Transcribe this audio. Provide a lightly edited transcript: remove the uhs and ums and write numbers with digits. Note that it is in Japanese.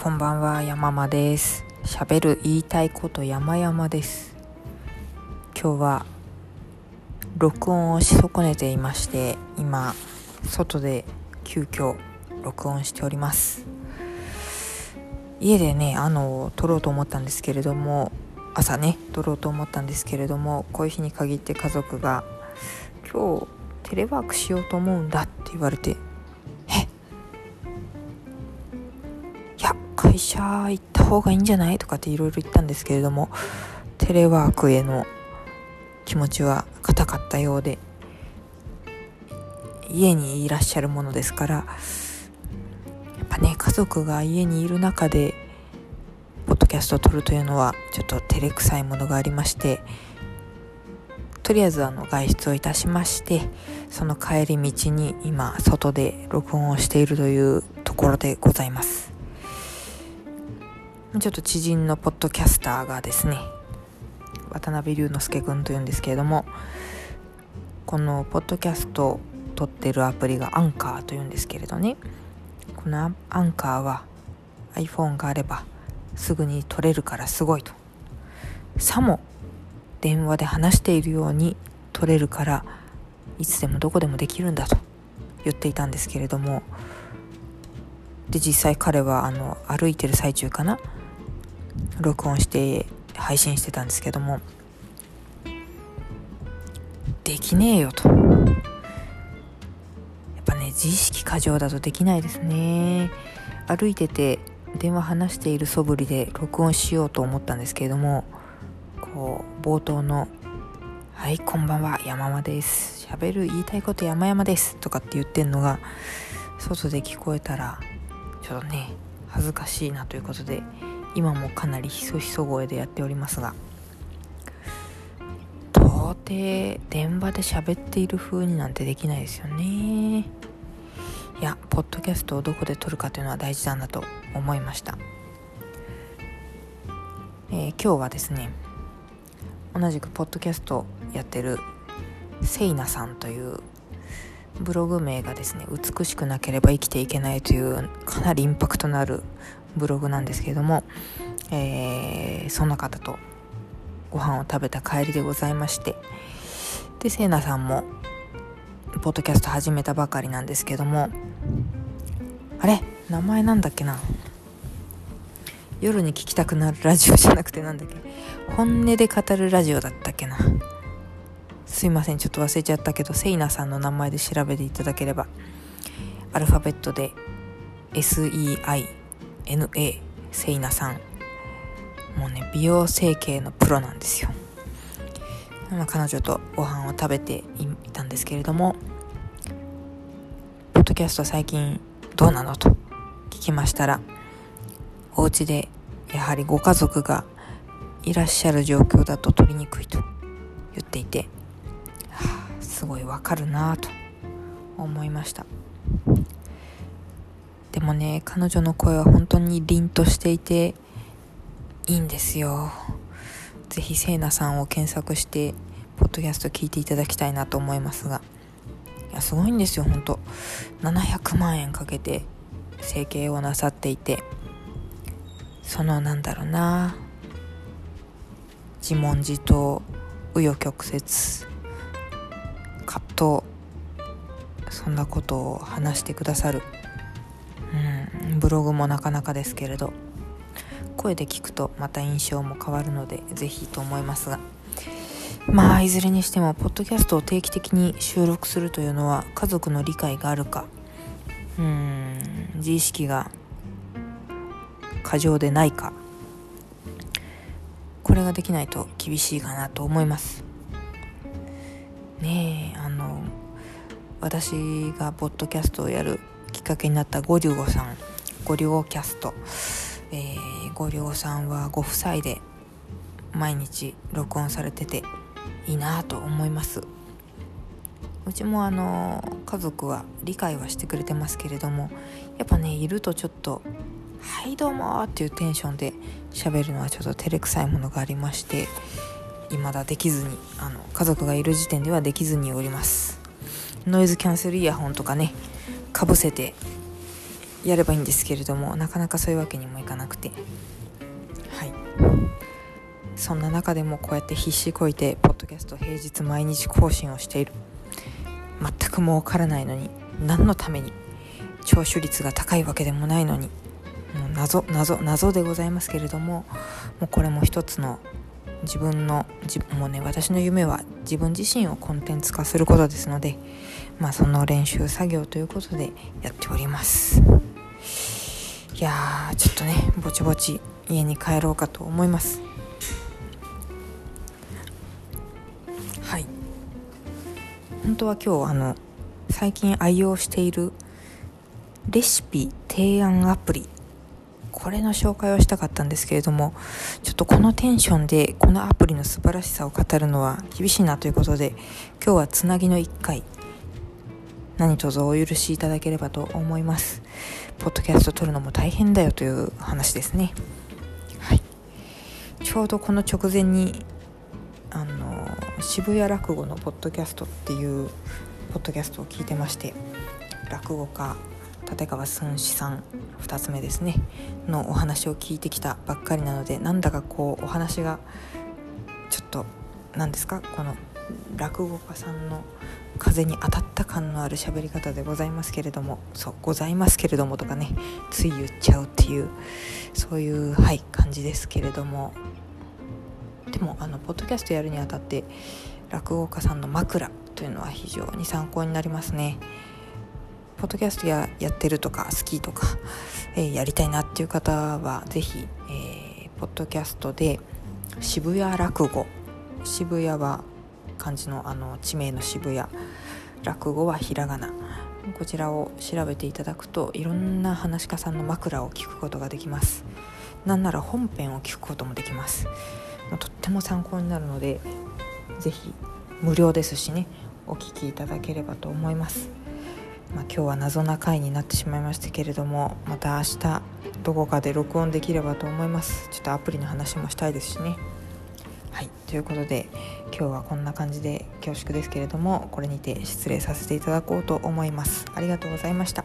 こんばんは、やままです。喋る言いたいこと山々です。今日は録音をし損ねていまして、今外で急遽録音しております。家でね撮ろうと思ったんですけれども、朝ね撮ろうと思ったんですけれども、こういう日に限って家族が今日テレワークしようと思うんだって言われて、会社行った方がいいんじゃないとかっていろいろ言ったんですけれども、テレワークへの気持ちは固かったようで、家にいらっしゃるものですから、やっぱね、家族が家にいる中でポッドキャストを撮るというのはちょっと照れくさいものがありまして、とりあえず外出をいたしまして、その帰り道に今外で録音をしているというところでございます。ちょっと知人のポッドキャスターがですね、渡辺龍之介くんというんですけれども、このポッドキャストを撮ってるアプリがアンカーというんですけれどね、このアンカーは iPhone があればすぐに撮れるからすごいと、さも電話で話しているように撮れるからいつでもどこでもできるんだと言っていたんですけれども、で実際彼は歩いてる最中かな、録音して配信してたんですけども、できねえよと、やっぱね、自意識過剰だとできないですね。歩いてて電話話している素振りで録音しようと思ったんですけれども、こう冒頭のはいこんばんは山間です、喋る言いたいこと山々ですとかって言ってんのが外で聞こえたらちょっとね恥ずかしいなということで、今もかなりひそひそ声でやっておりますが、到底電話で喋っている風になんてできないですよね。いや、ポッドキャストをどこで撮るかというのは大事だなと思いました。今日はですね、同じくポッドキャストやってるせいなさんというブログ名がですね、美しくなければ生きていけないというかなりインパクトのあるブログなんですけれども、そんな方とご飯を食べた帰りでございまして、でせいなさんもポッドキャスト始めたばかりなんですけども、あれ名前なんだっけな、夜に聞きたくなるラジオじゃなくてなんだっけ、本音で語るラジオだったっけな、すいませんちょっと忘れちゃったけど、せいなさんの名前で調べていただければ、アルファベットで SEINA せいなさん、もうね美容整形のプロなんですよ。彼女とご飯を食べていたんですけれども、ポッドキャスト最近どうなのと聞きましたら、お家でやはりご家族がいらっしゃる状況だと撮りにくいと言っていて、すごいわかるなと思いました。でもね、彼女の声は本当に凛としていていいんですよ。ぜひせいなさんを検索してポッドキャスト聞いていただきたいなと思いますが、いやすごいんですよ。本当700万円かけて整形をなさっていて、その自問自答、紆余曲折、葛藤、そんなことを話してくださる、ブログもなかなかですけれど、声で聞くとまた印象も変わるのでぜひと思いますが、いずれにしてもポッドキャストを定期的に収録するというのは家族の理解があるか、自意識が過剰でないか、これができないと厳しいかなと思いますね。私がポッドキャストをやるきっかけになったゴリュゴさん、ゴリュゴキャスト、ゴリュゴさんはご夫妻で毎日録音されてていいなと思います。うちも家族は理解はしてくれてますけれども、やっぱねいるとちょっとはいどうもっていうテンションで喋るのはちょっと照れくさいものがありまして、未だできずに家族がいる時点ではできずにおります。ノイズキャンセルイヤホンとかねかぶせてやればいいんですけれども、なかなかそういうわけにもいかなくて、はい、そんな中でもこうやって必死こいてポッドキャスト平日毎日更新をしている。全く儲からないのに、何のために、聴取率が高いわけでもないのに、もう謎でございますけれども、もうこれも一つのもうね、私の夢は自分自身をコンテンツ化することですので、その練習作業ということでやっております。いやー、ちょっとね、ぼちぼち家に帰ろうかと思います。はい、本当は今日最近愛用しているレシピ提案アプリ、これの紹介をしたかったんですけれども、ちょっとこのテンションでこのアプリの素晴らしさを語るのは厳しいなということで、今日はつなぎの1回、何卒お許しいただければと思います。ポッドキャスト撮るのも大変だよという話ですね。はい、ちょうどこの直前に渋谷落語のポッドキャストっていうポッドキャストを聞いてまして、落語家立川寸志さん2つ目ですねのお話を聞いてきたばっかりなので、なんだかこうお話がちょっと何ですか、この落語家さんの風に当たった感のある喋り方でございますけれども、ございますけれどもとかね、つい言っちゃうっていう、そういう感じですけれども、でもポッドキャストやるにあたって落語家さんの枕というのは非常に参考になりますね。ポッドキャストやってるとか好きとか、やりたいなっていう方はぜひ、ポッドキャストで渋谷落語、渋谷は漢字の地名の渋谷、落語はひらがな、こちらを調べていただくといろんな話し家さんの枕を聞くことができます。なんなら本編を聞くこともできます。とっても参考になるので、ぜひ無料ですしね、お聞きいただければと思います。今日は謎な回になってしまいましたけれども、また明日どこかで録音できればと思います。ちょっとアプリの話もしたいですしね。はい、ということで今日はこんな感じで恐縮ですけれども、これにて失礼させていただこうと思います。ありがとうございました。